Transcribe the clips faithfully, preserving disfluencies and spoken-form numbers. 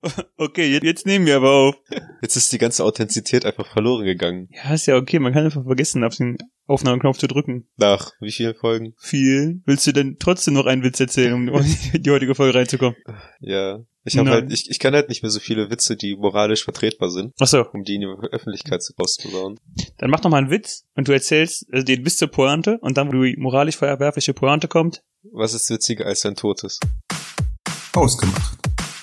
Okay, jetzt, jetzt nehmen wir aber auf. Jetzt ist die ganze Authentizität einfach verloren gegangen. Ja, ist ja okay, man kann einfach vergessen, auf den Aufnahmeknopf zu drücken. Nach wie vielen Folgen? Viel. Willst du denn trotzdem noch einen Witz erzählen, um in die heutige Folge reinzukommen? Ja. Ich habe halt, ich, ich kann halt nicht mehr so viele Witze, die moralisch vertretbar sind. Ach so. Um die in die Öffentlichkeit zu rauszubauen. Dann mach doch mal einen Witz und du erzählst also den bis zur Pointe und dann, wo die moralisch verwerfliche Pointe kommt. Was ist witziger als ein Totes? Ausgemacht.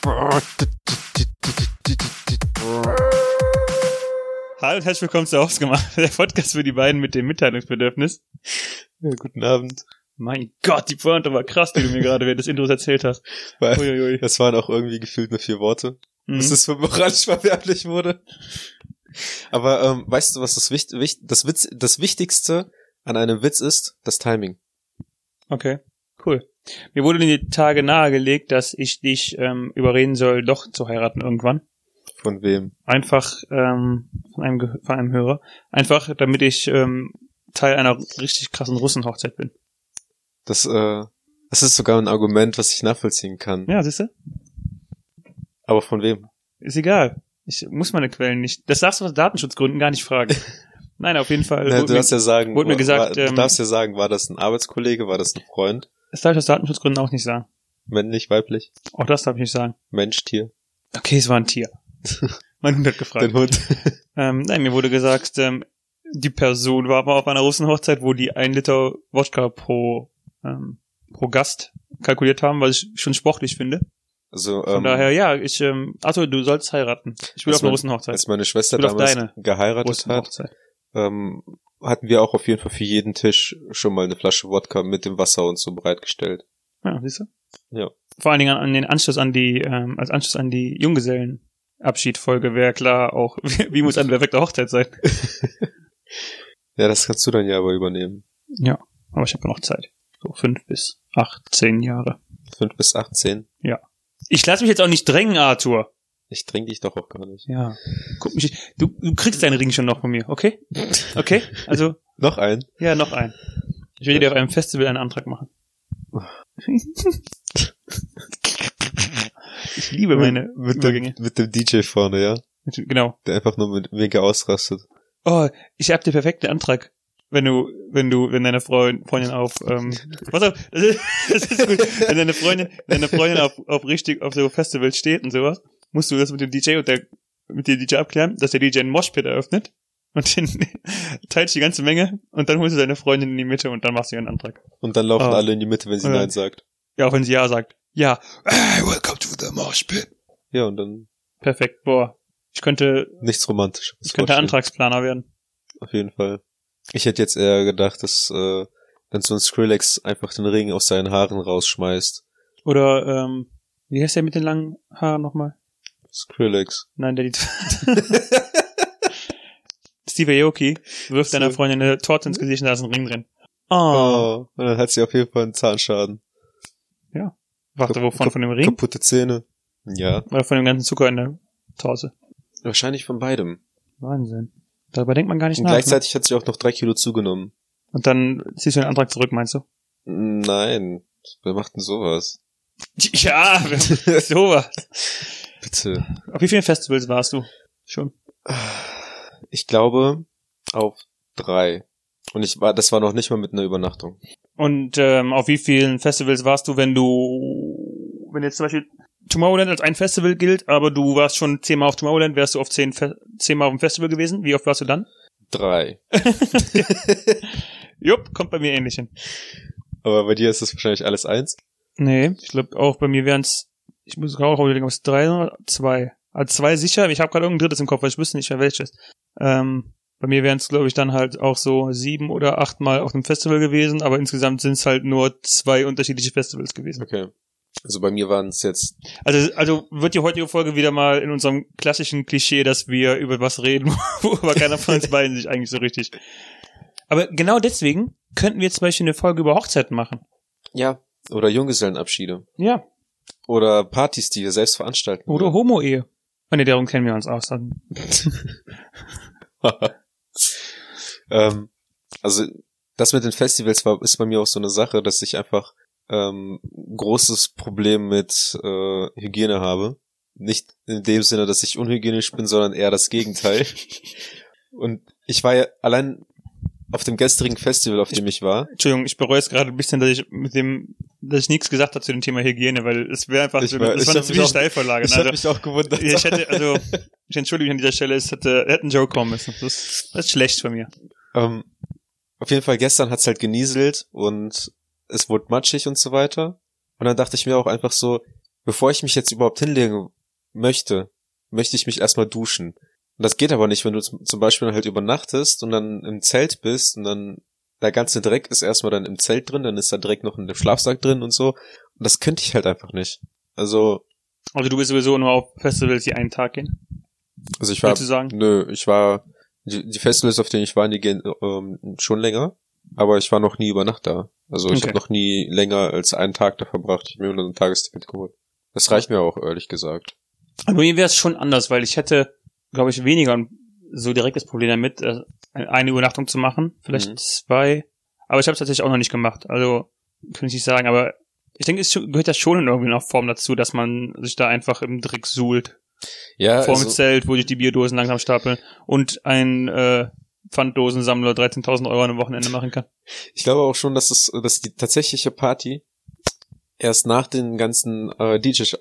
Hallo und herzlich willkommen zu Ausgemacht, der Podcast für die beiden mit dem Mitteilungsbedürfnis. Ja, guten Abend. Mein Gott, die Pointe war krass, die du mir gerade während des Intros erzählt hast. Weil Uiuiui. Das waren auch irgendwie gefühlt nur vier Worte, mhm. bis es moralisch verwerflich wurde. Aber ähm, weißt du, was das, Wicht, Wicht, das, Witz, das Wichtigste an einem Witz ist? Das Timing. Okay, cool. Mir wurde in die Tage nahegelegt, dass ich dich ähm, überreden soll, doch zu heiraten irgendwann. Von wem? Einfach ähm, von einem Ge- von einem Hörer. Einfach, damit ich ähm, Teil einer richtig krassen Russenhochzeit bin. Das, äh, das ist sogar ein Argument, was ich nachvollziehen kann. Ja, siehst du? Aber von wem? Ist egal. Ich muss meine Quellen nicht. Das darfst du aus Datenschutzgründen gar nicht fragen. Nein, auf jeden Fall. Na, du mir, darfst ja sagen, wurde mir gesagt, war, du ähm, darfst ja sagen, war das ein Arbeitskollege, war das ein Freund? Das darf ich aus Datenschutzgründen auch nicht sagen. Männlich, weiblich? Auch das darf ich nicht sagen. Mensch, Tier? Okay, es war ein Tier. Mein Hund hat gefragt. Dein Hund? ähm, nein, mir wurde gesagt, ähm, die Person war aber auf einer Russenhochzeit, wo die ein Liter Wodka pro ähm, pro Gast kalkuliert haben, was ich schon sportlich finde. Also, Von ähm, daher, ja, ich, ähm, Arthur, du sollst heiraten. Ich will auf eine mein, Russenhochzeit. Als meine Schwester Ich will auf damals deine geheiratet hat, ähm, hatten wir auch auf jeden Fall für jeden Tisch schon mal eine Flasche Wodka mit dem Wasser und so bereitgestellt. Ja, siehst du? Ja. Vor allen Dingen an den Anschluss an die, ähm, als Anschluss an die Junggesellenabschiedfolge wäre klar auch, wie, wie muss eine perfekte Hochzeit sein? Ja, das kannst du dann ja aber übernehmen. Ja, aber ich habe noch Zeit. So fünf bis achtzehn Jahre. Fünf bis achtzehn? Ja. Ich lass mich jetzt auch nicht drängen, Arthur. Ich dränge dich doch auch gar nicht. Ja. Guck mich, du, du kriegst deinen Ring schon noch von mir, okay? Okay? Also. Noch ein? Ja, noch ein. Ich werde dir auf einem Festival einen Antrag machen. Ich liebe meine mit Übergänge. Dem, mit dem D J vorne, ja? Genau. Der einfach nur mit mega ausrastet. Oh, ich hab den perfekten Antrag. Wenn du, wenn du, wenn deine Freundin, Freundin auf, ähm, pass auf, das ist, das ist gut. Wenn deine Freundin, wenn deine Freundin auf, auf richtig, auf so Festivals steht und sowas, musst du das mit dem D J und der, mit dem D J abklären, dass der D J einen Moshpit eröffnet und den teilst die ganze Menge und dann holst du deine Freundin in die Mitte und dann machst du ihren Antrag. Und dann laufen oh. alle in die Mitte, wenn sie ja. Nein sagt. Ja, auch wenn sie Ja sagt. Ja. Hey, welcome to the Moshpit. Ja, und dann. Perfekt. Boah. Ich könnte. Nichts Romantisches. Ich könnte vorstellen. Antragsplaner werden. Auf jeden Fall. Ich hätte jetzt eher gedacht, dass äh, wenn so ein Skrillex einfach den Ring aus seinen Haaren rausschmeißt. Oder, ähm, wie heißt der mit den langen Haaren nochmal? Skrillex. Nein, der die Steve Aoki wirft so. Deiner Freundin eine Torte ins Gesicht und da ist ein Ring drin. Oh. oh. Und dann hat sie auf jeden Fall einen Zahnschaden. Ja. Warte, wovon? Von dem Ring? Kaputte Zähne. Ja. Oder von dem ganzen Zucker in der Torte? Wahrscheinlich von beidem. Wahnsinn. Darüber denkt man gar nicht und nach. Gleichzeitig ne? hat sie auch noch drei Kilo zugenommen. Und dann ziehst du den Antrag zurück, meinst du? Nein. Wer macht denn sowas? Ja, sowas. Bitte. Auf wie vielen Festivals warst du schon? Ich glaube, auf drei. Und ich war, das war noch nicht mal mit einer Übernachtung. Und ähm, auf wie vielen Festivals warst du, wenn du, wenn jetzt zum Beispiel Tomorrowland als ein Festival gilt, aber du warst schon zehnmal auf Tomorrowland, wärst du auf zehn, Fe- zehnmal auf dem Festival gewesen? Wie oft warst du dann? Drei. Jupp, kommt bei mir ähnlich hin. Aber bei dir ist das wahrscheinlich alles eins? Nee, ich glaube auch bei mir wären es, ich muss auch überlegen, ob es drei oder zwei. Also zwei sicher, ich habe gerade irgendein drittes im Kopf, weil ich wüsste nicht mehr welches. Ähm, bei mir wären es, glaube ich, dann halt auch so sieben oder achtmal auf dem Festival gewesen, aber insgesamt sind es halt nur zwei unterschiedliche Festivals gewesen. Okay. Also bei mir waren es jetzt... Also also wird die heutige Folge wieder mal in unserem klassischen Klischee, dass wir über was reden, worüber keiner von uns beiden sich eigentlich so richtig... Aber genau deswegen könnten wir zum Beispiel eine Folge über Hochzeiten machen. Ja, oder Junggesellenabschiede. Ja. Oder Partys, die wir selbst veranstalten. Oder Homo-Ehe. Oh ne, darum kennen wir uns aus. ähm, also das mit den Festivals war ist bei mir auch so eine Sache, dass ich einfach ähm, großes Problem mit äh, Hygiene habe. nicht in dem Sinne, dass ich unhygienisch bin, sondern eher das Gegenteil. Und ich war ja allein auf dem gestrigen Festival, auf dem ich war. Entschuldigung, ich bereue es gerade ein bisschen, dass ich mit dem, dass ich nichts gesagt habe zu dem Thema Hygiene, weil es wäre einfach, ich so, war, das war eine ziemliche Steilvorlage. Ich also, habe mich auch gewundert. Ich hätte, also, ich entschuldige mich an dieser Stelle, es hätte, hätte ein Joke kommen müssen. Das, das ist schlecht von mir. Um, auf jeden Fall, gestern hat's halt genieselt und es wurde matschig und so weiter. Und dann dachte ich mir auch einfach so, bevor ich mich jetzt überhaupt hinlegen möchte, möchte ich mich erstmal duschen. Und das geht aber nicht, wenn du zum Beispiel halt übernachtest und dann im Zelt bist und dann der ganze Dreck ist erstmal dann im Zelt drin, dann ist da Dreck noch in dem Schlafsack drin und so. Und das könnte ich halt einfach nicht. Also. Also du bist sowieso nur auf Festivals, die einen Tag gehen? Also ich war, Willst du sagen? Nö, ich war, die, die Festivals, auf denen ich war, die gehen ähm, schon länger, aber ich war noch nie über Nacht da. Also ich Okay. habe noch nie länger als einen Tag da verbracht. Ich habe mir nur ein Tagesticket geholt. Das reicht mir auch, ehrlich gesagt. Aber mir wäre es schon anders, weil ich hätte, glaube ich, weniger so direkt das Problem damit, eine Übernachtung zu machen, vielleicht mhm. zwei. Aber ich habe es tatsächlich auch noch nicht gemacht. Also kann ich nicht sagen, aber ich denke, es gehört ja schon in irgendeiner Form dazu, dass man sich da einfach im Dreck suhlt. Ja, Vor also, dem Zelt, wo sich die Bierdosen langsam stapeln und ein äh, Pfanddosensammler dreizehntausend Euro an einem Wochenende machen kann. Ich glaube auch schon, dass es, dass die tatsächliche Party erst nach den ganzen äh, D J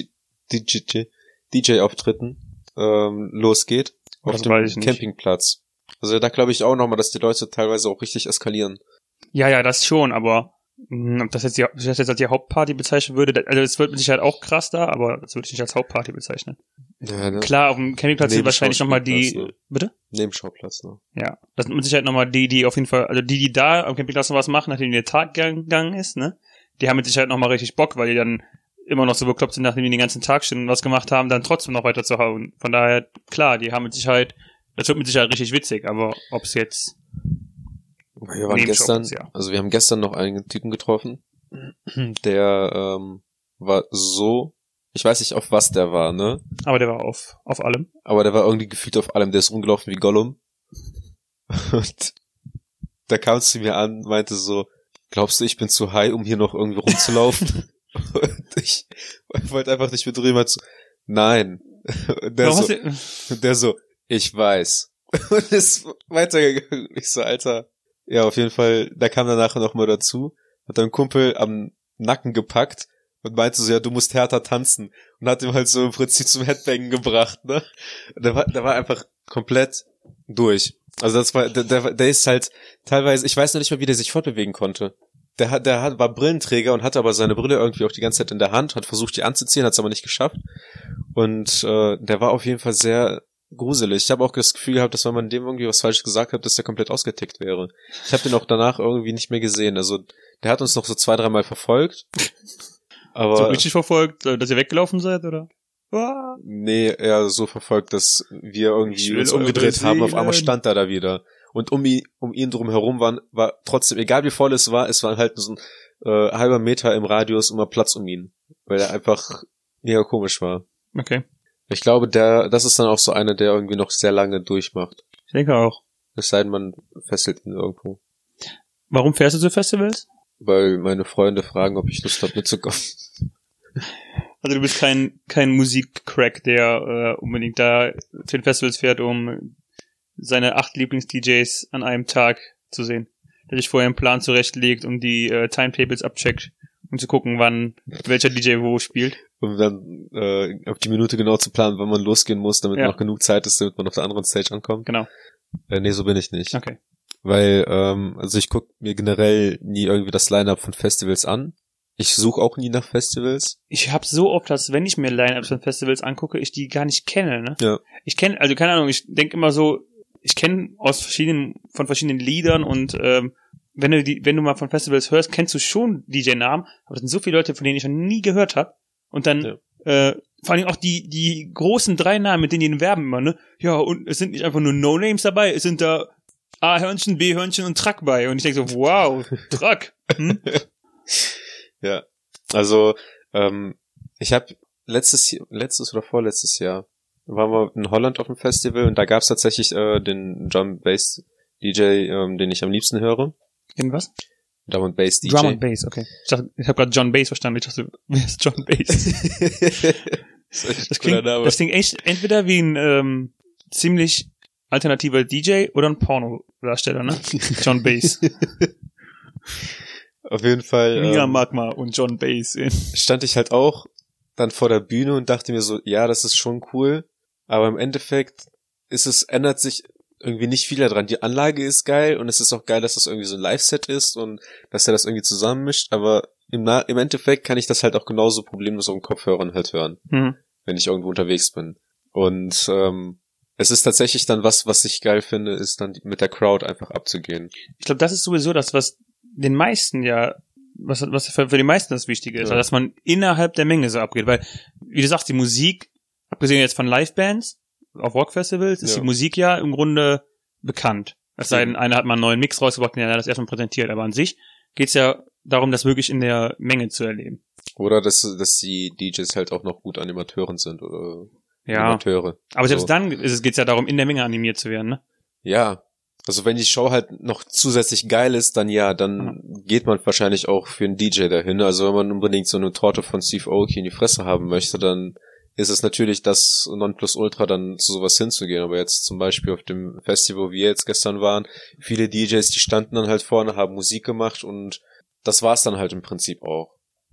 D J D J-Auftritten ähm, losgeht auf Das dem weiß ich nicht. Campingplatz. Also da glaube ich auch nochmal, dass die Leute teilweise auch richtig eskalieren. Ja, ja, das schon, aber mh, ob das jetzt die, ob ich das jetzt als die Hauptparty bezeichnen würde, also es wird mit Sicherheit auch krass da, aber das würde ich nicht als Hauptparty bezeichnen. Ja, ne? Klar, auf dem Campingplatz sind wahrscheinlich nochmal die, Ne? bitte? Nebenschauplatz, ne? Ja, das sind mit Sicherheit nochmal die, die auf jeden Fall, also die, die da am Campingplatz noch was machen, nachdem der Tag gegangen ist, ne? Die haben mit Sicherheit nochmal richtig Bock, weil die dann immer noch so bekloppt sind, nachdem die den ganzen Tag schon was gemacht haben, dann trotzdem noch weiter zu hauen. Von daher, klar, die haben mit Sicherheit, das wird mit Sicherheit richtig witzig, aber ob's jetzt Wir waren gestern, ist, ja. also wir haben gestern noch einen Typen getroffen, der ähm, war so, ich weiß nicht, auf was der war, ne? Aber der war auf, auf allem. Aber der war irgendwie gefühlt auf allem, der ist rumgelaufen wie Gollum. Und da kam es zu mir an, meinte so, glaubst du, ich bin zu high, um hier noch irgendwie rumzulaufen? Und ich wollte einfach nicht mit drüber zu, nein. Und der, so, und der so, ich weiß. Und ist weitergegangen. Ich so, Alter. Ja, auf jeden Fall, da kam danach noch mal dazu, hat ein Kumpel am Nacken gepackt und meinte so, ja, du musst härter tanzen. Und hat ihm halt so im Prinzip zum Headbangen gebracht, ne? Und der war, der war einfach komplett durch. Also das war, der, der, der ist halt teilweise, ich weiß noch nicht mal, wie der sich fortbewegen konnte. Der hat, der hat, war Brillenträger und hatte aber seine Brille irgendwie auch die ganze Zeit in der Hand, hat versucht, die anzuziehen, hat es aber nicht geschafft. Und äh, der war auf jeden Fall sehr gruselig. Ich habe auch das Gefühl gehabt, dass wenn man dem irgendwie was Falsches gesagt hat, dass der komplett ausgetickt wäre. Ich habe den auch danach irgendwie nicht mehr gesehen. Also der hat uns noch so zwei, dreimal verfolgt. Aber so richtig verfolgt, dass ihr weggelaufen seid, oder? Ah. Nee, eher so verfolgt, dass wir irgendwie uns umgedreht haben. Auf einmal stand er da wieder. Und um ihn, um ihn drum herum waren, war trotzdem, egal wie voll es war, es war halt so ein äh, halber Meter im Radius immer Platz um ihn. Weil er einfach mega komisch war. Okay. Ich glaube, der, das ist dann auch so einer, der irgendwie noch sehr lange durchmacht. Ich denke auch. Es sei denn, man fesselt ihn irgendwo. Warum fährst du zu Festivals? Weil meine Freunde fragen, ob ich Lust habe mitzukommen. Also du bist kein kein Musikcrack, der äh, unbedingt da zu den Festivals fährt, um seine acht Lieblings-D Js an einem Tag zu sehen. Der sich vorher einen Plan zurechtlegt und die äh, Timetables abcheckt, um zu gucken, wann welcher D J wo spielt. Um dann äh, auf die Minute genau zu planen, wann man losgehen muss, damit Ja. noch genug Zeit ist, damit man auf der anderen Stage ankommt. Genau. Äh, nee, so bin ich nicht. Okay. Weil, ähm, also ich gucke mir generell nie irgendwie das Line-Up von Festivals an. Ich suche auch nie nach Festivals. Ich habe so oft, dass wenn ich mir Line-Ups von Festivals angucke, ich die gar nicht kenne, ne? Ja. Ich kenne, also keine Ahnung, ich denke immer so, ich kenne aus verschiedenen, von verschiedenen Liedern und ähm, wenn du die, wenn du mal von Festivals hörst, kennst du schon D J-Namen, aber es sind so viele Leute, von denen ich noch nie gehört habe. Und dann, Ja. äh, vor allem auch die, die großen drei Namen, mit denen die werben immer, ne? Ja, und es sind nicht einfach nur No-Names dabei, es sind da A-Hörnchen, B-Hörnchen und Truck bei. Und ich denke so, wow, Truck. Hm? Ja. Also, ähm, ich habe letztes letztes oder vorletztes Jahr waren wir in Holland auf dem Festival und da gab's tatsächlich äh, den Drum Bass D J, ähm, den ich am liebsten höre. In was? Drum and Bass D J. Drum and Bass, okay. Ich dachte, ich habe gerade John Bass verstanden. Ich dachte, wer ist John Bass? Das, echt das, klingt, das klingt echt entweder wie ein ähm, ziemlich alternativer D J oder ein Porno-Darsteller, ne? John Bass. Auf jeden Fall. Mia ähm, Magma und John Bass. Stand ich halt auch dann vor der Bühne und dachte mir so, ja, das ist schon cool, aber im Endeffekt ist es, ändert sich irgendwie nicht viel daran. Die Anlage ist geil und es ist auch geil, dass das irgendwie so ein Live-Set ist und dass er das irgendwie zusammenmischt, aber im, Na- im Endeffekt kann ich das halt auch genauso problemlos auf den Kopfhörern halt hören, Mhm. wenn ich irgendwo unterwegs bin. Und ähm, es ist tatsächlich dann was, was ich geil finde, ist dann mit der Crowd einfach abzugehen. Ich glaube, das ist sowieso das, was den meisten ja, was, was für, für die meisten das Wichtige ist, Ja. dass man innerhalb der Menge so abgeht, weil, wie du sagst, die Musik, abgesehen jetzt von Live-Bands, auf Rockfestivals, ist Ja. die Musik ja im Grunde bekannt. Es sei denn, Mhm. einer hat mal einen neuen Mix rausgebracht und der hat das erstmal präsentiert, aber an sich geht's ja darum, das wirklich in der Menge zu erleben. Oder dass, dass die D Js halt auch noch gut Animateuren sind oder Ja, Animateure. aber selbst So. dann ist es, geht's ja darum, in der Menge animiert zu werden, ne? Ja, also wenn die Show halt noch zusätzlich geil ist, dann ja, dann geht man wahrscheinlich auch für einen D J dahin. Also wenn man unbedingt so eine Torte von Steve Aoki in die Fresse haben möchte, dann ist es natürlich das Nonplusultra, dann zu sowas hinzugehen. Aber jetzt zum Beispiel auf dem Festival, wo wir jetzt gestern waren, viele D Js, die standen dann halt vorne, haben Musik gemacht und das war's dann halt im Prinzip auch.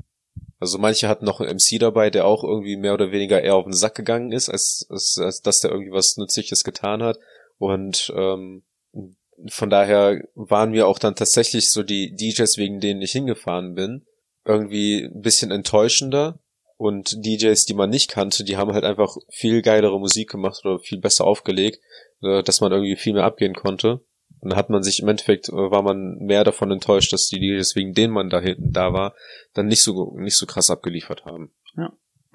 Also manche hatten noch einen M C dabei, der auch irgendwie mehr oder weniger eher auf den Sack gegangen ist, als, als, als dass der irgendwie was Nützliches getan hat. Und ähm, von daher waren wir auch dann tatsächlich so die D Js, wegen denen ich hingefahren bin, irgendwie ein bisschen enttäuschender. Und D Js, die man nicht kannte, die haben halt einfach viel geilere Musik gemacht oder viel besser aufgelegt, äh, dass man irgendwie viel mehr abgehen konnte. Und dann hat man sich im Endeffekt, äh, war man mehr davon enttäuscht, dass die D Js, wegen denen man da hinten da war, dann nicht so nicht so krass abgeliefert haben. Ja.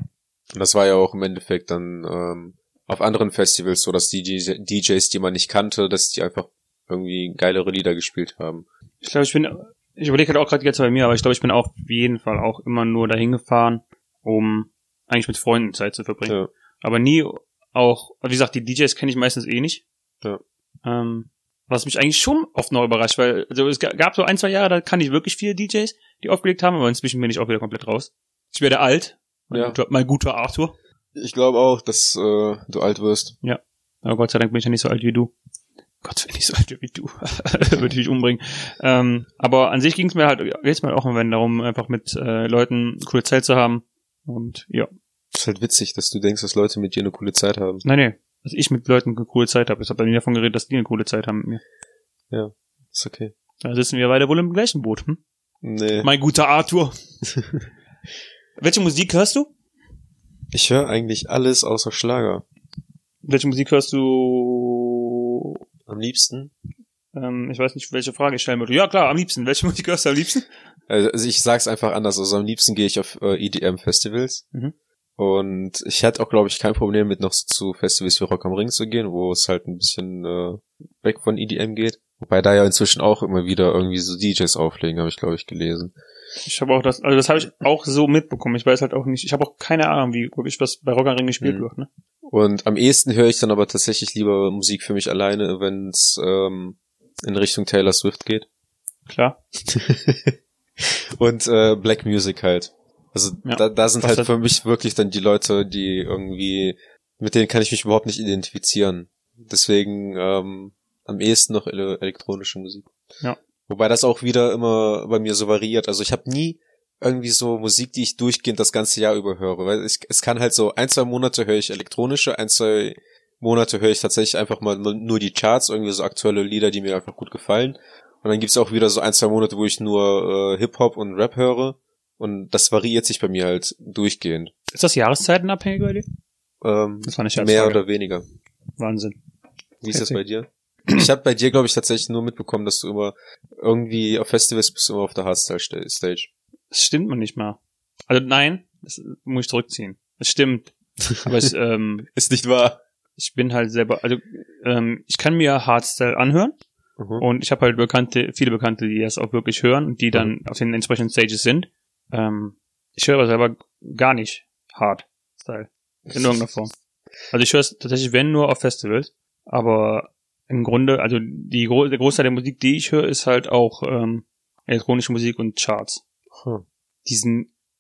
Und das war ja auch im Endeffekt dann ähm, auf anderen Festivals so, dass die D Js, die man nicht kannte, dass die einfach irgendwie geilere Lieder gespielt haben. Ich glaube, ich bin, ich überlege halt auch gerade jetzt bei mir, aber ich glaube, ich bin auf jeden Fall auch immer nur dahin gefahren, um eigentlich mit Freunden Zeit zu verbringen. Ja. Aber nie auch, wie gesagt, die D Js kenne ich meistens eh nicht. Ja. Ähm, was mich eigentlich schon oft noch überrascht, weil also es gab so ein, zwei Jahre, da kannte ich wirklich viele D Js, die aufgelegt haben, aber inzwischen bin ich auch wieder komplett raus. Ich werde alt, mein, Ja. guter, mein guter Arthur. Ich glaube auch, dass äh, du alt wirst. Aber Gott sei Dank bin ich ja nicht so alt wie du. Gott, wenn ich so alt wie du, würde ich mich umbringen. Ähm, aber an sich ging es mir halt jetzt mal auch immer darum, einfach mit äh, Leuten coole Zeit zu haben. Und ja. ist halt witzig, dass du denkst, dass Leute mit dir eine coole Zeit haben. Nein, nee. Dass ich mit Leuten eine coole Zeit habe. Ich habe bei mir davon geredet, dass die eine coole Zeit haben mit mir. Ja, ist okay. Da sitzen wir beide wohl im gleichen Boot, hm? Nee. Mein guter Arthur. Welche Musik hörst du? Ich höre eigentlich alles außer Schlager. Welche Musik hörst du? Am liebsten? Ähm, ich weiß nicht, welche Frage ich stellen würde. Ja, klar, am liebsten. Welche Musik hörst du am liebsten? Also ich sag's einfach anders. Also am liebsten gehe ich auf äh, E D M-Festivals. Mhm. Und ich hätte auch, glaube ich, kein Problem mit noch so zu Festivals wie Rock am Ring zu gehen, wo es halt ein bisschen äh, weg von E D M geht. Wobei da ja inzwischen auch immer wieder irgendwie so D Js auflegen, habe ich, glaube ich, gelesen. Ich habe auch das, also das habe ich auch so mitbekommen. Ich weiß halt auch nicht, ich habe auch keine Ahnung, wie wirklich was bei Rock am Ring gespielt Mhm. wird, ne? Und am ehesten höre ich dann aber tatsächlich lieber Musik für mich alleine, wenn es ähm, in Richtung Taylor Swift geht. Klar. Und äh, Black Music halt. Also Ja. da, da sind Was halt hat- für mich wirklich dann die Leute, die irgendwie, mit denen kann ich mich überhaupt nicht identifizieren. Deswegen ähm, am ehesten noch ele elektronische Musik. Ja. Wobei das auch wieder immer bei mir so variiert. Also ich habe nie irgendwie so Musik, die ich durchgehend das ganze Jahr über höre. Weil ich, es kann halt so ein, zwei Monate höre ich elektronische, ein, zwei Monate höre ich tatsächlich einfach mal nur die Charts, irgendwie so aktuelle Lieder, die mir einfach gut gefallen. Und dann gibt's auch wieder so ein, zwei Monate, wo ich nur äh, Hip-Hop und Rap höre. Und das variiert sich bei mir halt durchgehend. Ist das jahreszeitenabhängig bei dir? Ähm, Das war eine mehr Scherzfrage. oder weniger. Wahnsinn. Wie ist das Heftig. bei dir? Ich habe bei dir, glaube ich, tatsächlich nur mitbekommen, dass du immer irgendwie auf Festivals bist, du immer auf der Hardstyle-Stage. Das stimmt man nicht mal. Also nein, das muss ich zurückziehen. Das stimmt. Aber ich, ähm, Ist nicht wahr? ich bin halt selber, also ähm, ich kann mir Hardstyle anhören Mhm. und ich habe halt Bekannte, viele Bekannte, die das auch wirklich hören und die dann auf den entsprechenden Stages sind. Ähm, ich höre aber selber gar nicht Hardstyle in irgendeiner Form. Also ich höre es tatsächlich, wenn, nur auf Festivals, aber im Grunde, also die Gro der Großteil der Musik, die ich höre, ist halt auch ähm, elektronische Musik und Charts. Hm. Die sind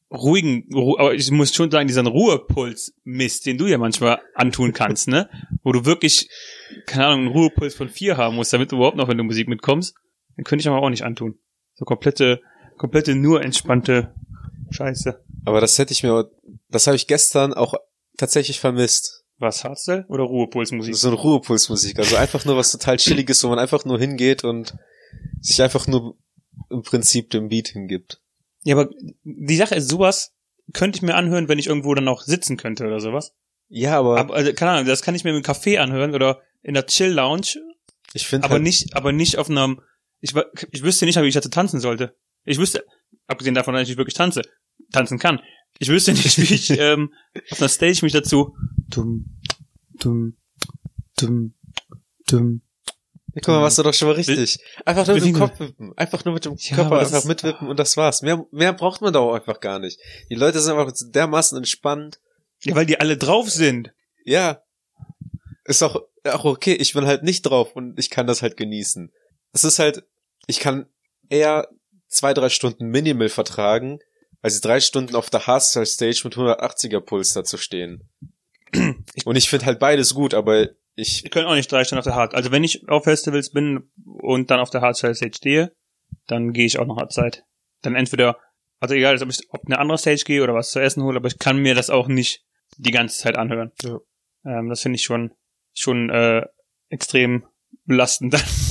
ruhigen, Ru- aber ich muss schon sagen, diesen Ruhepuls-Mist, den du ja manchmal antun kannst, ne? Wo du wirklich, keine Ahnung, einen Ruhepuls von vier haben musst, damit du überhaupt noch, wenn du Musik mitkommst, dann könnte ich aber auch nicht antun. So komplette, komplette, nur entspannte Scheiße. Aber das hätte ich mir, das habe ich gestern auch tatsächlich vermisst. Was, Hardstyle oder Ruhepulsmusik? So eine Ruhepulsmusik. Also einfach nur was total Chilliges, wo man einfach nur hingeht und sich einfach nur im Prinzip dem Beat hingibt. Ja, aber die Sache ist, sowas könnte ich mir anhören, wenn ich irgendwo dann auch sitzen könnte oder sowas. Ja, aber, aber also, keine Ahnung, das kann ich mir im Café anhören oder in der Chill-Lounge. Ich finde aber halt, nicht, aber nicht auf einem, ich, ich wüsste nicht, wie ich dazu tanzen sollte. Ich wüsste, abgesehen davon, dass ich nicht wirklich tanze, tanzen kann. Ich wüsste nicht, wie ich ähm, auf einer Stage mich dazu dumm, dumm, dumm, dumm. Ja, guck mal, machst du doch schon mal richtig. Einfach nur mit dem Bewegen. Kopf wippen. Einfach nur mit dem Ja, Körper aber das einfach ist- mitwippen und das war's. Mehr, mehr braucht man doch auch einfach gar nicht. Die Leute sind einfach dermaßen entspannt. Ja, weil die alle drauf sind. Ja. Ist auch, auch okay. Ich bin halt nicht drauf und ich kann das halt genießen. Es ist halt, ich kann eher zwei, drei Stunden Minimal vertragen, als drei Stunden auf der Hardstyle-Stage mit hundertachtziger Puls da zu stehen. Und ich finde halt beides gut, aber ich, Ich könnte auch nicht drei Stunden auf der Hard. Also wenn ich auf Festivals bin und dann auf der Hardstyle-Stage stehe, dann gehe ich auch noch Zeit. Dann entweder, also egal, ob ich auf eine andere Stage gehe oder was zu essen hole, aber ich kann mir das auch nicht die ganze Zeit anhören. Ja. Ähm, das finde ich schon schon äh, extrem belastend.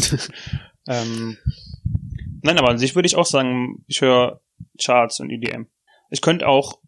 ähm, nein, aber an sich würde ich auch sagen, ich höre Charts und E D M. Ich könnte auch,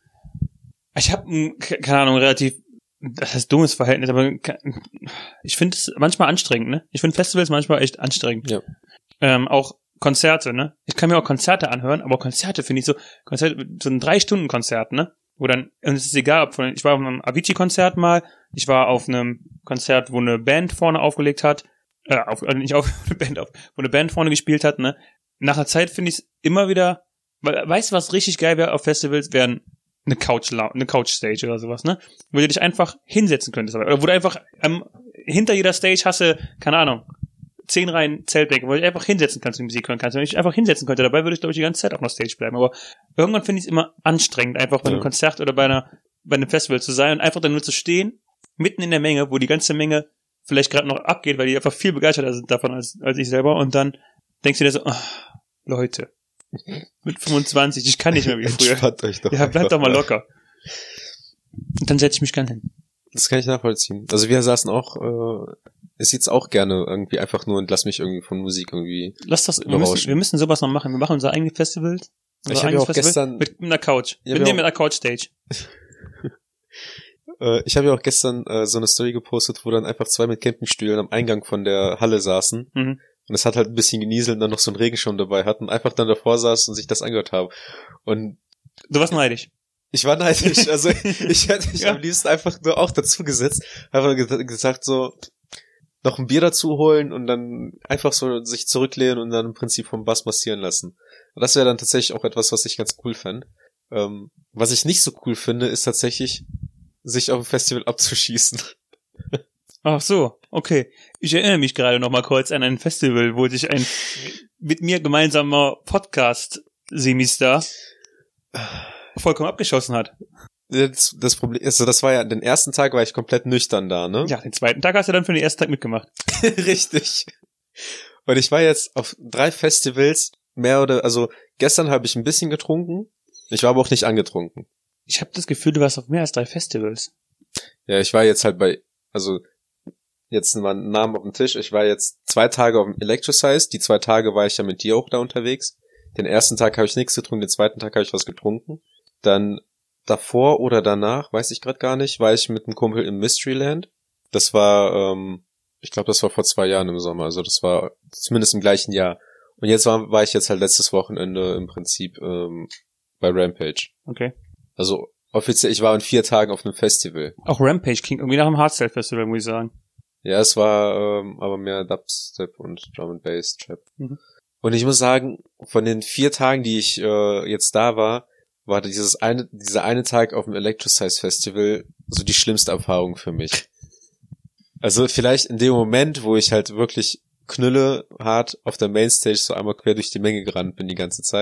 ich habe, keine Ahnung, relativ, das heißt dummes Verhältnis, aber ich finde es manchmal anstrengend, ne? Ich finde Festivals manchmal echt anstrengend. Ja. Ähm, auch Konzerte, ne? Ich kann mir auch Konzerte anhören, aber Konzerte finde ich so, Konzerte, so ein Drei-Stunden-Konzert, ne? Wo dann, und es ist egal, ob von, ich war auf einem Avicii-Konzert mal, ich war auf einem Konzert, wo eine Band vorne aufgelegt hat, äh, auf, also nicht auf eine Band auf, wo eine Band vorne gespielt hat, ne? Nach einer Zeit finde ich es immer wieder, weil, weißt du, was richtig geil wäre auf Festivals, wären eine Couch, eine Couch-Stage oder sowas, ne? Wo du dich einfach hinsetzen könntest, oder wo du einfach, ähm, hinter jeder Stage hast du, keine Ahnung, zehn Reihen Zeltbänke, wo du dich einfach hinsetzen kannst und Musik hören kannst. Wenn ich dich einfach hinsetzen könnte, dabei würde ich, glaube ich, die ganze Zeit auf einer Stage bleiben. Aber irgendwann finde ich es immer anstrengend, einfach bei einem Ja. Konzert oder bei einer, bei einem Festival zu sein und einfach dann nur zu stehen, mitten in der Menge, wo die ganze Menge vielleicht gerade noch abgeht, weil die einfach viel begeisterter sind davon als, als ich selber, und dann denkst du dir so, ach, Leute, mit fünfundzwanzig, ich kann nicht mehr wie früher. Entspannt euch doch. Ja, bleib einfach doch mal locker. Und dann setze ich mich gern hin. Das kann ich nachvollziehen. Also wir saßen auch, äh, ich sitze auch gerne irgendwie einfach nur und lass mich irgendwie von Musik irgendwie. Lass das, wir Berauschen. müssen, wir müssen sowas noch machen. Wir machen unser eigenes Festival. Unser Ich hab ja eigenes auch gestern- mit einer Couch. Ja, wir wir nehmen auch- mit einer Couch-Stage. Äh, ich habe ja auch gestern äh, so eine Story gepostet, wo dann einfach zwei mit Campingstühlen am Eingang von der Halle saßen. Mhm. Und es hat halt ein bisschen genieselt und dann noch so einen Regenschirm dabei hatten, einfach dann davor saßen und sich das angehört haben. Und Sowas neidisch. ich war neidisch, also ich hätte mich Ja. am liebsten einfach nur auch dazu gesetzt, einfach ge- gesagt so, noch ein Bier dazu holen und dann einfach so sich zurücklehnen und dann im Prinzip vom Bass massieren lassen. Und das wäre dann tatsächlich auch etwas, was ich ganz cool fände. Ähm, was ich nicht so cool finde, ist tatsächlich, sich auf dem Festival abzuschießen. Ach so, okay. Ich erinnere mich gerade noch mal kurz an ein Festival, wo sich ein mit mir gemeinsamer Podcast-Semistar vollkommen abgeschossen hat. Das, das Problem, also das war ja, den ersten Tag war ich komplett nüchtern da, ne? Ja, den zweiten Tag hast du dann für den ersten Tag mitgemacht. Richtig. Und ich war jetzt auf drei Festivals, mehr oder, also gestern habe ich ein bisschen getrunken, ich war aber auch nicht angetrunken. Ich habe das Gefühl, du warst auf mehr als drei Festivals. Ja, ich war jetzt halt bei, also jetzt mal einen Namen auf dem Tisch, ich war jetzt zwei Tage auf dem Electrosize, die zwei Tage war ich ja mit dir auch da unterwegs. Den ersten Tag habe ich nichts getrunken, den zweiten Tag habe ich was getrunken. Dann davor oder danach, weiß ich gerade gar nicht, war ich mit einem Kumpel im Mysteryland. Das war, ähm, ich glaube, das war vor zwei Jahren im Sommer, also das war zumindest im gleichen Jahr. Und jetzt war, war ich jetzt halt letztes Wochenende im Prinzip ähm, bei Rampage. Okay. Also offiziell, ich war in vier Tagen auf einem Festival. Auch Rampage klingt irgendwie nach einem Hardstyle-Festival, muss ich sagen. Ja, es war ähm, aber mehr Dubstep und Drum and Bass Trap. Mhm. Und ich muss sagen, von den vier Tagen, die ich äh, jetzt da war, war dieses eine, dieser eine Tag auf dem Electrosize Festival so die schlimmste Erfahrung für mich. Also vielleicht in dem Moment, wo ich halt wirklich knülle hart auf der Mainstage so einmal quer durch die Menge gerannt bin die ganze Zeit,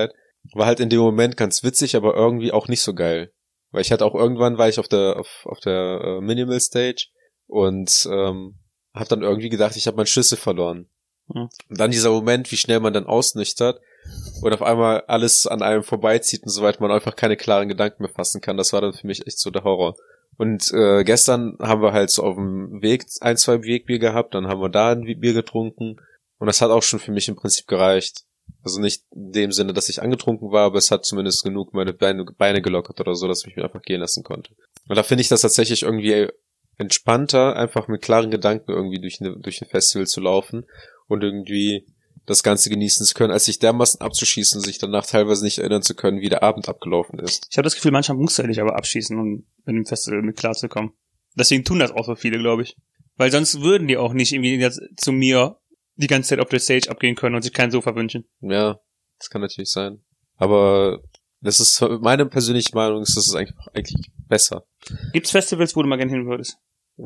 war halt in dem Moment ganz witzig, aber irgendwie auch nicht so geil. Weil ich hatte auch irgendwann, war ich auf der auf, auf der äh, Minimal Stage und ähm, hab dann irgendwie gedacht, ich habe meinen Schlüssel verloren. Mhm. Und dann dieser Moment, wie schnell man dann ausnüchtert und auf einmal alles an einem vorbeizieht und soweit man einfach keine klaren Gedanken mehr fassen kann, das war dann für mich echt so der Horror. Und äh, gestern haben wir halt so auf dem Weg ein, zwei Wegbier gehabt, dann haben wir da ein Bier getrunken und das hat auch schon für mich im Prinzip gereicht. Also nicht in dem Sinne, dass ich angetrunken war, aber es hat zumindest genug meine Beine, Beine gelockert oder so, dass ich mich einfach gehen lassen konnte. Und da finde ich das tatsächlich irgendwie entspannter, einfach mit klaren Gedanken irgendwie durch, eine, durch ein Festival zu laufen und irgendwie das Ganze genießen zu können, als sich dermaßen abzuschießen und sich danach teilweise nicht erinnern zu können, wie der Abend abgelaufen ist. Ich habe das Gefühl, manchmal muss er dich aber abschießen, um mit dem Festival mit klarzukommen. Deswegen tun das auch so viele, glaube ich. Weil sonst würden die auch nicht irgendwie jetzt zu mir die ganze Zeit auf der Stage abgehen können und sich kein Sofa wünschen. Ja, das kann natürlich sein. Aber das ist, meine persönliche Meinung ist, das ist eigentlich, eigentlich besser. Gibt's Festivals, wo du mal gerne hin würdest?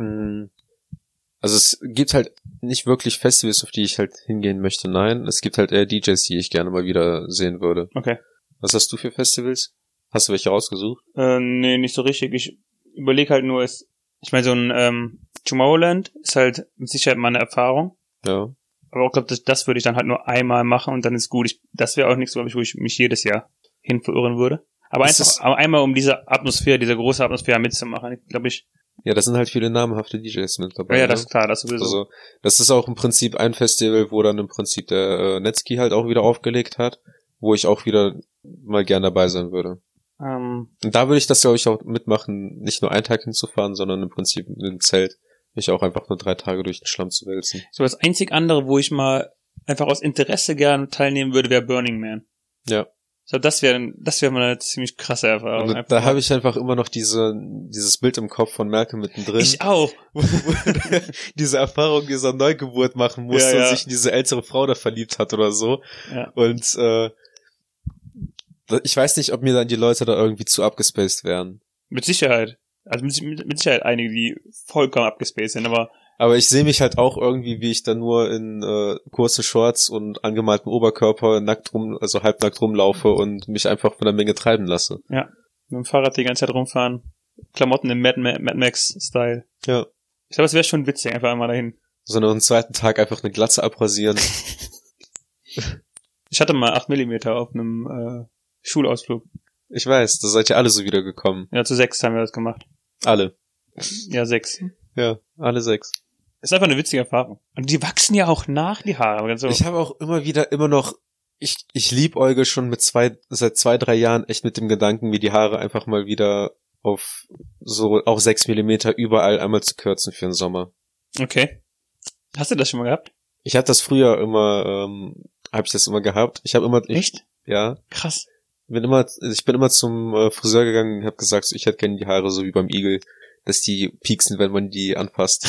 Also es gibt halt nicht wirklich Festivals, auf die ich halt hingehen möchte, nein. Es gibt halt eher D Js, die ich gerne mal wieder sehen würde. Okay. Was hast du für Festivals? Hast du welche rausgesucht? Äh, nee, nicht so richtig. Ich überlege halt nur, ist, ich meine, so ein ähm, Tomorrowland ist halt mit Sicherheit mal eine Erfahrung. Ja. Aber ich glaube, das, das würde ich dann halt nur einmal machen und dann ist gut. Ich, das wäre auch nichts, glaube ich, wo ich mich jedes Jahr hin verirren würde. Aber ist einfach aber einmal, um diese Atmosphäre, diese große Atmosphäre mitzumachen, glaube ich. Ja, da sind halt viele namhafte D Js mit dabei. Ja, ja, ne? das ist klar, das sowieso. Also, das ist auch im Prinzip ein Festival, wo dann im Prinzip der äh, Netzki halt auch wieder aufgelegt hat, wo ich auch wieder mal gern dabei sein würde. Ähm, Und da würde ich das, glaube ich, auch mitmachen, nicht nur einen Tag hinzufahren, sondern im Prinzip mit dem Zelt mich auch einfach nur drei Tage durch den Schlamm zu wälzen. so das einzig andere, wo ich mal einfach aus Interesse gerne teilnehmen würde, wäre Burning Man. Ja. So, das wäre das wäre mal eine ziemlich krasse Erfahrung. Und da habe ich einfach immer noch diese dieses Bild im Kopf von Malcolm mittendrin. Ich auch. Wo, wo der diese Erfahrung dieser Neugeburt machen musste Ja, ja. und sich in diese ältere Frau da verliebt hat oder so. Ja. Und äh, ich weiß nicht, ob mir dann die Leute da irgendwie zu abgespaced wären. Mit Sicherheit. Also mit, mit, mit Sicherheit einige, die vollkommen abgespaced sind, aber Aber ich sehe mich halt auch irgendwie, wie ich dann nur in äh, kurze Shorts und angemaltem Oberkörper nackt rum, also halbnackt rumlaufe und mich einfach von der Menge treiben lasse. ja, mit dem Fahrrad die ganze Zeit rumfahren. Klamotten im Mad, Mad Max-Style. Ja. Ich glaube, es wäre schon witzig, einfach einmal dahin. Sondern am zweiten Tag einfach eine Glatze abrasieren. Ich hatte mal acht Millimeter auf einem äh, Schulausflug. Ich weiß, da seid ihr alle so wiedergekommen. Ja, zu sechs haben wir das gemacht. Alle. Ja, sechs. Ja, alle sechs. Ist einfach eine witzige Erfahrung. Und die wachsen ja auch nach, die Haare. Also, Ich habe auch immer wieder, immer noch, ich, ich liebäuge schon mit zwei, seit zwei, drei Jahren echt mit dem Gedanken, mir die Haare einfach mal wieder auf so, auch sechs Millimeter überall einmal zu kürzen für den Sommer. okay. Hast du das schon mal gehabt? Ich habe das früher immer, ähm, habe ich das immer gehabt. Ich habe immer, ich, Echt? ja, Krass. bin immer, ich bin immer zum äh, Friseur gegangen und habe gesagt, so, ich hätte gerne die Haare so wie beim Igel, dass die pieksen, wenn man die anfasst.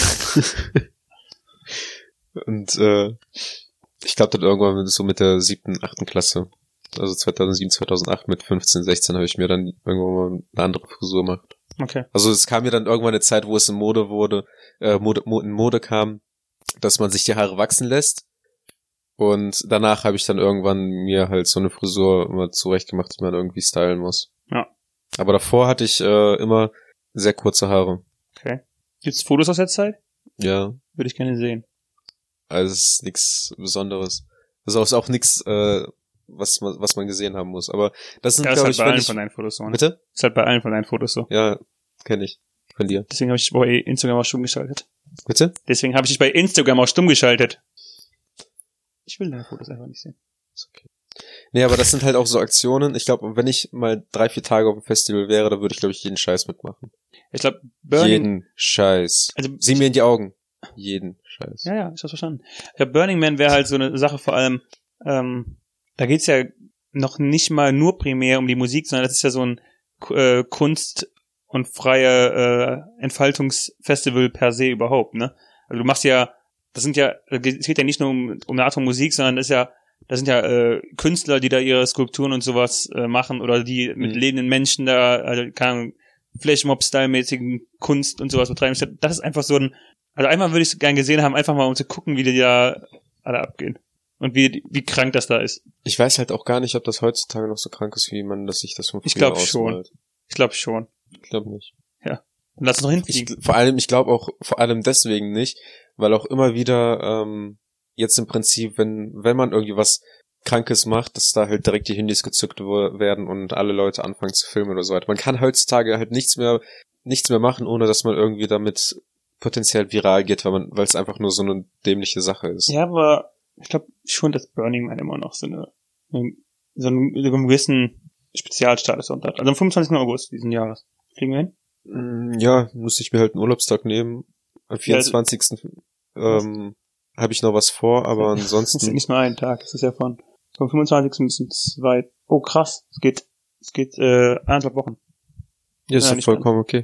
Und äh, ich glaube dann irgendwann so mit der siebten, achten Klasse, also zweitausendsieben, zweitausendacht mit fünfzehn, sechzehn habe ich mir dann irgendwann mal eine andere Frisur gemacht. Okay. Also es kam mir dann irgendwann eine Zeit, wo es in Mode wurde, äh, Mode, Mo- in Mode kam, dass man sich die Haare wachsen lässt. Und danach habe ich dann irgendwann mir halt so eine Frisur immer zurechtgemacht, die man irgendwie stylen muss. Ja. Aber davor hatte ich äh, immer sehr kurze Haare. Okay. Gibt's Fotos aus der Zeit? Ja, Würde ich gerne sehen. also es ist nichts Besonderes. Das ist auch nichts, äh, was man was man gesehen haben muss. Aber das sind, Ja, ist glaube halt ich, bei wenn allen ich... von deinen Fotos so. Ne? Bitte? Ist halt bei allen von deinen Fotos so. Ja, kenne ich. Von dir. Deswegen habe ich dich bei Instagram auch stumm geschaltet. Bitte? Deswegen habe ich dich bei Instagram auch stumm geschaltet. Ich will deine Fotos einfach nicht sehen. Ist okay. Nee, aber das sind halt auch so Aktionen. Ich glaube, wenn ich mal drei, vier Tage auf dem Festival wäre, dann würde ich, glaube ich, jeden Scheiß mitmachen. Ich glaube, Burning... Jeden Scheiß. Also, Sieh mir in die Augen. Jeden Scheiß. Ja, ja, ich hab's verstanden. Ich glaube, Burning Man wäre halt so eine Sache vor allem, ähm, da geht's ja noch nicht mal nur primär um die Musik, sondern das ist ja so ein äh, Kunst- und freie äh, Entfaltungsfestival per se überhaupt, ne? Also du machst ja, das sind ja, es geht ja nicht nur um, um eine Art von Musik, sondern das ist ja, das sind ja äh, Künstler, die da ihre Skulpturen und sowas äh, machen oder die mit Mhm. lebenden lebenden Menschen da, also keine Ahnung, Flashmob-Style-mäßigen Kunst und sowas betreiben. Das ist einfach so ein, also einmal würde ich es gern gesehen haben, einfach mal um zu gucken, wie die da alle abgehen. Und wie, wie krank das da ist. Ich weiß halt auch gar nicht, ob das heutzutage noch so krank ist, wie man das sich das von früher Ich glaube ausmalt. schon. Ich glaube schon. Ich glaube nicht. Ja. Dann lass uns noch hinfliegen. Ich, vor allem, ich glaube auch vor allem deswegen nicht, weil auch immer wieder ähm, jetzt im Prinzip, wenn wenn man irgendwie was Krankes macht, dass da halt direkt die Handys gezückt werden und alle Leute anfangen zu filmen oder so weiter. Man kann heutzutage halt nichts mehr nichts mehr machen, ohne dass man irgendwie damit potenziell viral geht, weil man, weil es einfach nur so eine dämliche Sache ist. Ja, aber ich glaube schon, dass Burning Man immer noch so eine, so einen, so einen gewissen Spezialstatus hat. Also am fünfundzwanzigsten August diesen Jahres. Fliegen wir hin? Ja, muss ich mir halt einen Urlaubstag nehmen. Am vierundzwanzigsten Ja, ähm, habe ich noch was vor, aber ansonsten... Das ist nicht nur ein Tag, es ist ja von vom fünfundzwanzigsten bis zum zwei Oh krass, es geht, es geht äh, anderthalb Wochen. Ja, ist Ja, doch vollkommen okay.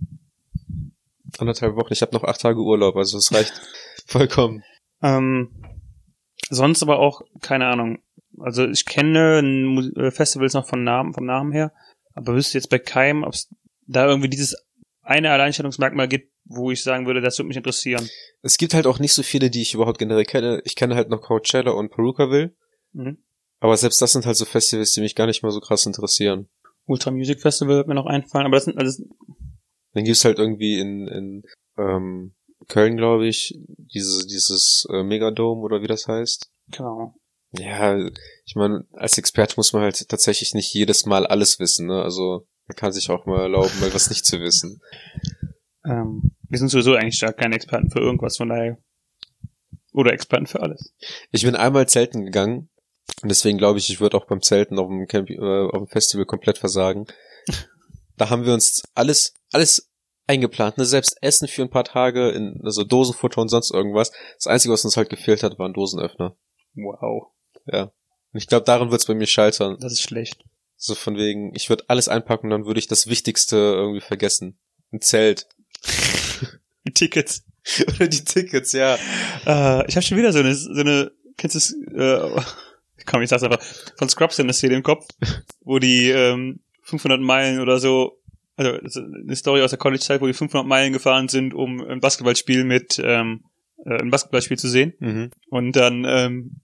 Anderthalb Wochen. Ich habe noch acht Tage Urlaub, also das reicht vollkommen. Ähm, sonst aber auch, keine Ahnung. Also ich kenne Mu- äh, Festivals noch von Namen, vom Namen her, aber wüsste jetzt bei keinem, ob es da irgendwie dieses eine Alleinstellungsmerkmal gibt, wo ich sagen würde, das würde mich interessieren. Es gibt halt auch nicht so viele, die ich überhaupt generell kenne. Ich kenne halt noch Coachella und Perukaville. Mhm. Aber selbst das sind halt so Festivals, die mich gar nicht mal so krass interessieren. Ultra Music Festival wird mir noch einfallen, aber das sind also Dann gibt's halt irgendwie in, in ähm, Köln, glaube ich, diese, dieses äh, Megadome oder wie das heißt. genau. Ja, ich meine, als Experte muss man halt tatsächlich nicht jedes Mal alles wissen, ne? Also man kann sich auch mal erlauben, mal was nicht zu wissen. Ähm, wir sind sowieso eigentlich da keine Experten für irgendwas, von daher. Oder Experten für alles. Ich bin einmal zelten gegangen und deswegen glaube ich, ich würde auch beim Zelten auf dem Camp, äh, auf dem Festival komplett versagen. Da haben wir uns alles, alles eingeplant, ne? Selbst Essen für ein paar Tage, in also Dosenfutter und sonst irgendwas. Das Einzige, was uns halt gefehlt hat, waren Dosenöffner. Wow. Ja. Und ich glaube, daran wird's bei mir scheitern. Das ist schlecht. So von wegen, ich würde alles einpacken und dann würde ich das Wichtigste irgendwie vergessen. Ein Zelt. Die Tickets. Oder die Tickets, ja. Äh, ich habe schon wieder so eine, so eine, kennst du es, äh, komm, ich sag's einfach, von Scrubs eine Szene im Kopf, wo die ähm, fünfhundert Meilen oder so, also das ist eine Story aus der College-Zeit, wo die fünfhundert Meilen gefahren sind, um ein Basketballspiel mit, ähm, äh, ein Basketballspiel zu sehen. Mhm. Und dann ähm,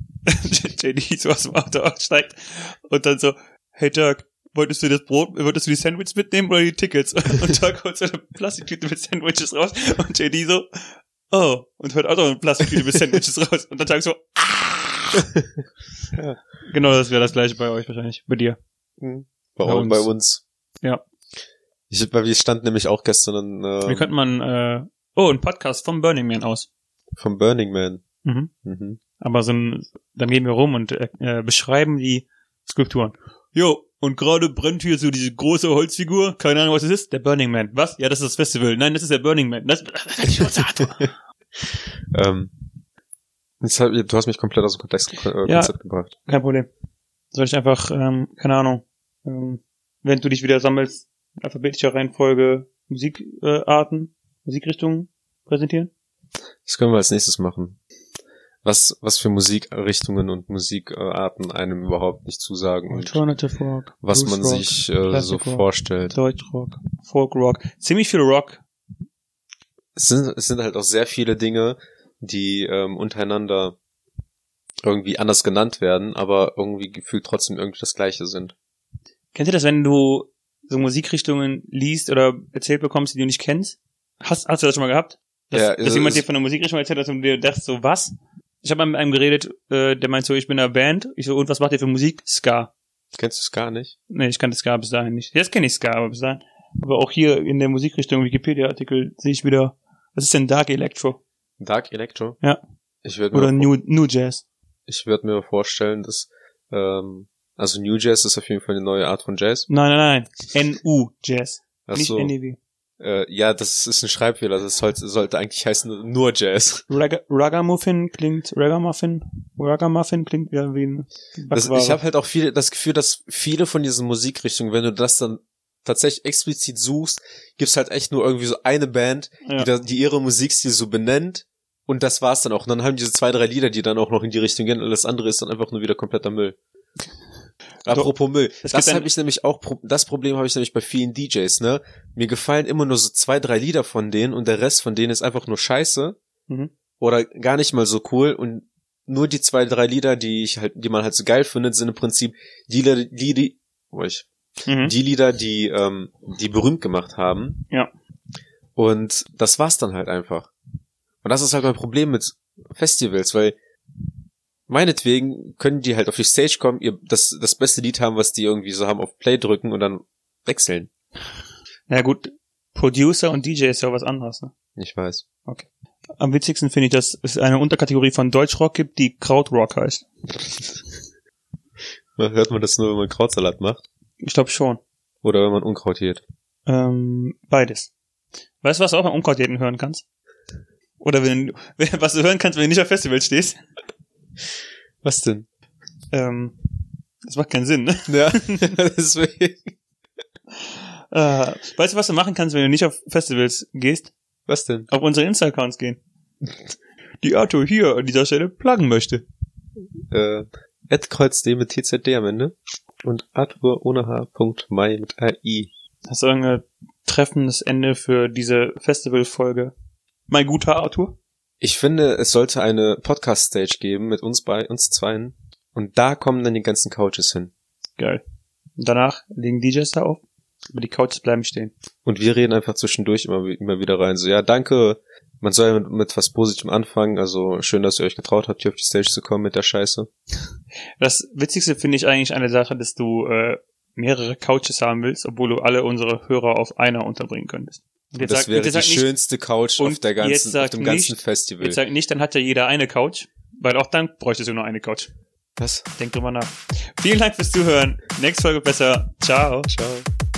J D so aus dem Auto aussteigt und dann so, hey Dirk, wolltest du das Brot, wolltest du die Sandwiches mitnehmen oder die Tickets? Und Dirk holt so eine Plastiktüte mit Sandwiches raus und J D so, oh, und hört auch noch eine Plastiktüte mit Sandwiches raus und dann Dirk so, ah! Ja. Genau, das wäre das gleiche bei euch wahrscheinlich, bei dir. Mhm. Bei, Bei bei, uns. bei uns. Ja. Ich, weil wir standen nämlich auch gestern in, äh, Wie könnte man, äh, oh, ein Podcast vom Burning Man aus. vom Burning Man. Mhm. Mhm. Aber so ein, dann gehen wir rum und äh, beschreiben die Skulpturen. Jo, und gerade brennt hier so diese große Holzfigur. Keine Ahnung, was es ist. Der Burning Man. Was? Ja, das ist das Festival. Nein, das ist der Burning Man. Das, das ist die Schnauze. ähm, jetzt hab, du hast mich komplett aus dem Kontext, äh, Ja. Konzept gebracht. Kein Problem. Soll ich einfach, ähm, keine Ahnung, ähm, wenn du dich wieder sammelst, in alphabetischer Reihenfolge Musikarten, äh, Arten, Musikrichtungen präsentieren? Das können wir als nächstes machen. Was, was für Musikrichtungen und Musikarten einem überhaupt nicht zusagen und Alternative Rock, was Blues man Rock, sich äh, so Classic Rock, vorstellt. Deutschrock, Folkrock. Ziemlich viel Rock. Es sind, es sind halt auch sehr viele Dinge, die ähm, untereinander irgendwie anders genannt werden, aber irgendwie gefühlt trotzdem irgendwie das Gleiche sind. Kennt ihr das, wenn du so Musikrichtungen liest oder erzählt bekommst, die du nicht kennst? Hast, hast du das schon mal gehabt? Dass, Ja, dass es- jemand es- dir von einer Musikrichtung erzählt hat und du dir dachtest so, was? Ich habe mal mit einem geredet, äh, der meint so, ich bin in einer Band. Ich so, und was macht ihr für Musik? Ska. Kennst du es gar nicht? Nee, ich kannte Ska bis dahin nicht. Jetzt kenne ich Ska, aber bis dahin. Aber auch hier in der Musikrichtung Wikipedia-Artikel sehe ich wieder, was ist denn Dark Electro? Dark Electro? Ja. Ich würde Oder mir, New, New Jazz? ich würde mir vorstellen, dass ähm, also New Jazz ist auf jeden Fall eine neue Art von Jazz. Nein, nein, nein. N U Jazz. Ach Nicht so. N E W. Äh, ja, das ist ein Schreibfehler. Das sollte, sollte eigentlich heißen nur Jazz. Ragga- Ragamuffin klingt, Ragamuffin? Ragamuffin klingt ja wie ein Das, Backware. ich habe halt auch viel das Gefühl, dass viele von diesen Musikrichtungen, wenn du das dann tatsächlich explizit suchst, gibt's halt echt nur irgendwie so eine Band, Ja. die, da, die ihre Musikstil so benennt und das war's dann auch. Und dann haben diese zwei, drei Lieder, die dann auch noch in die Richtung gehen, alles andere ist dann einfach nur wieder kompletter Müll. Apropos Müll. Es Das gibt ein- habe ich nämlich auch, Pro- das Problem habe ich nämlich bei vielen D Js, ne? Mir gefallen immer nur so zwei, drei Lieder von denen und der Rest von denen ist einfach nur scheiße Mhm. oder gar nicht mal so cool und nur die zwei, drei Lieder, die ich halt, die man halt so geil findet, sind im Prinzip die Lieder, die, wo ich, mhm. die Lieder, die, ähm, die berühmt gemacht haben. Ja. Und das war's dann halt einfach. Und das ist halt mein Problem mit Festivals, weil meinetwegen können die halt auf die Stage kommen, ihr das, das beste Lied haben, was die irgendwie so haben, auf Play drücken und dann wechseln. Na gut, Producer und D J ist ja was anderes, ne? Ich weiß. Okay. Am witzigsten finde ich, dass es eine Unterkategorie von Deutschrock gibt, die Krautrock heißt. Hört man das nur, wenn man Krautsalat macht? Ich glaube schon. Oder wenn man Unkraut jätet? Ähm, beides. Weißt du, was du auch beim Unkrautjäten hören kannst? Oder wenn, was du hören kannst, wenn du nicht auf Festival stehst? Was denn? Ähm, das macht keinen Sinn, ne? Ja, deswegen. Äh, weißt du, was du machen kannst, wenn du nicht auf Festivals gehst? Was denn? Auf unsere Insta-Accounts gehen. Die Arthur hier an dieser Stelle pluggen möchte. Äh, at kreuzd mit T Z D am Ende und Arthur ohne H. Mai mit A I. Hast du irgendein treffendes Ende für diese Festival-Folge? Mein guter Arthur? Ich finde, es sollte eine Podcast-Stage geben mit uns bei uns zweien und da kommen dann die ganzen Couches hin. Geil. Und danach legen D Js da auf, aber die Couches bleiben stehen. Und wir reden einfach zwischendurch immer, immer wieder rein. So, ja, danke, man soll ja mit, mit was Positivem anfangen, also schön, dass ihr euch getraut habt, hier auf die Stage zu kommen mit der Scheiße. Das Witzigste finde ich eigentlich eine Sache, dass du äh, mehrere Couches haben willst, obwohl du alle unsere Hörer auf einer unterbringen könntest. Und jetzt das sag, wäre die nicht, schönste Couch auf, der ganzen, auf dem ganzen nicht, Festival. Jetzt sag nicht, dann hat ja jeder eine Couch, weil auch dann bräuchtest du nur eine Couch. Was? Denk drüber nach. Vielen Dank fürs Zuhören. Nächste Folge besser. Ciao. Ciao.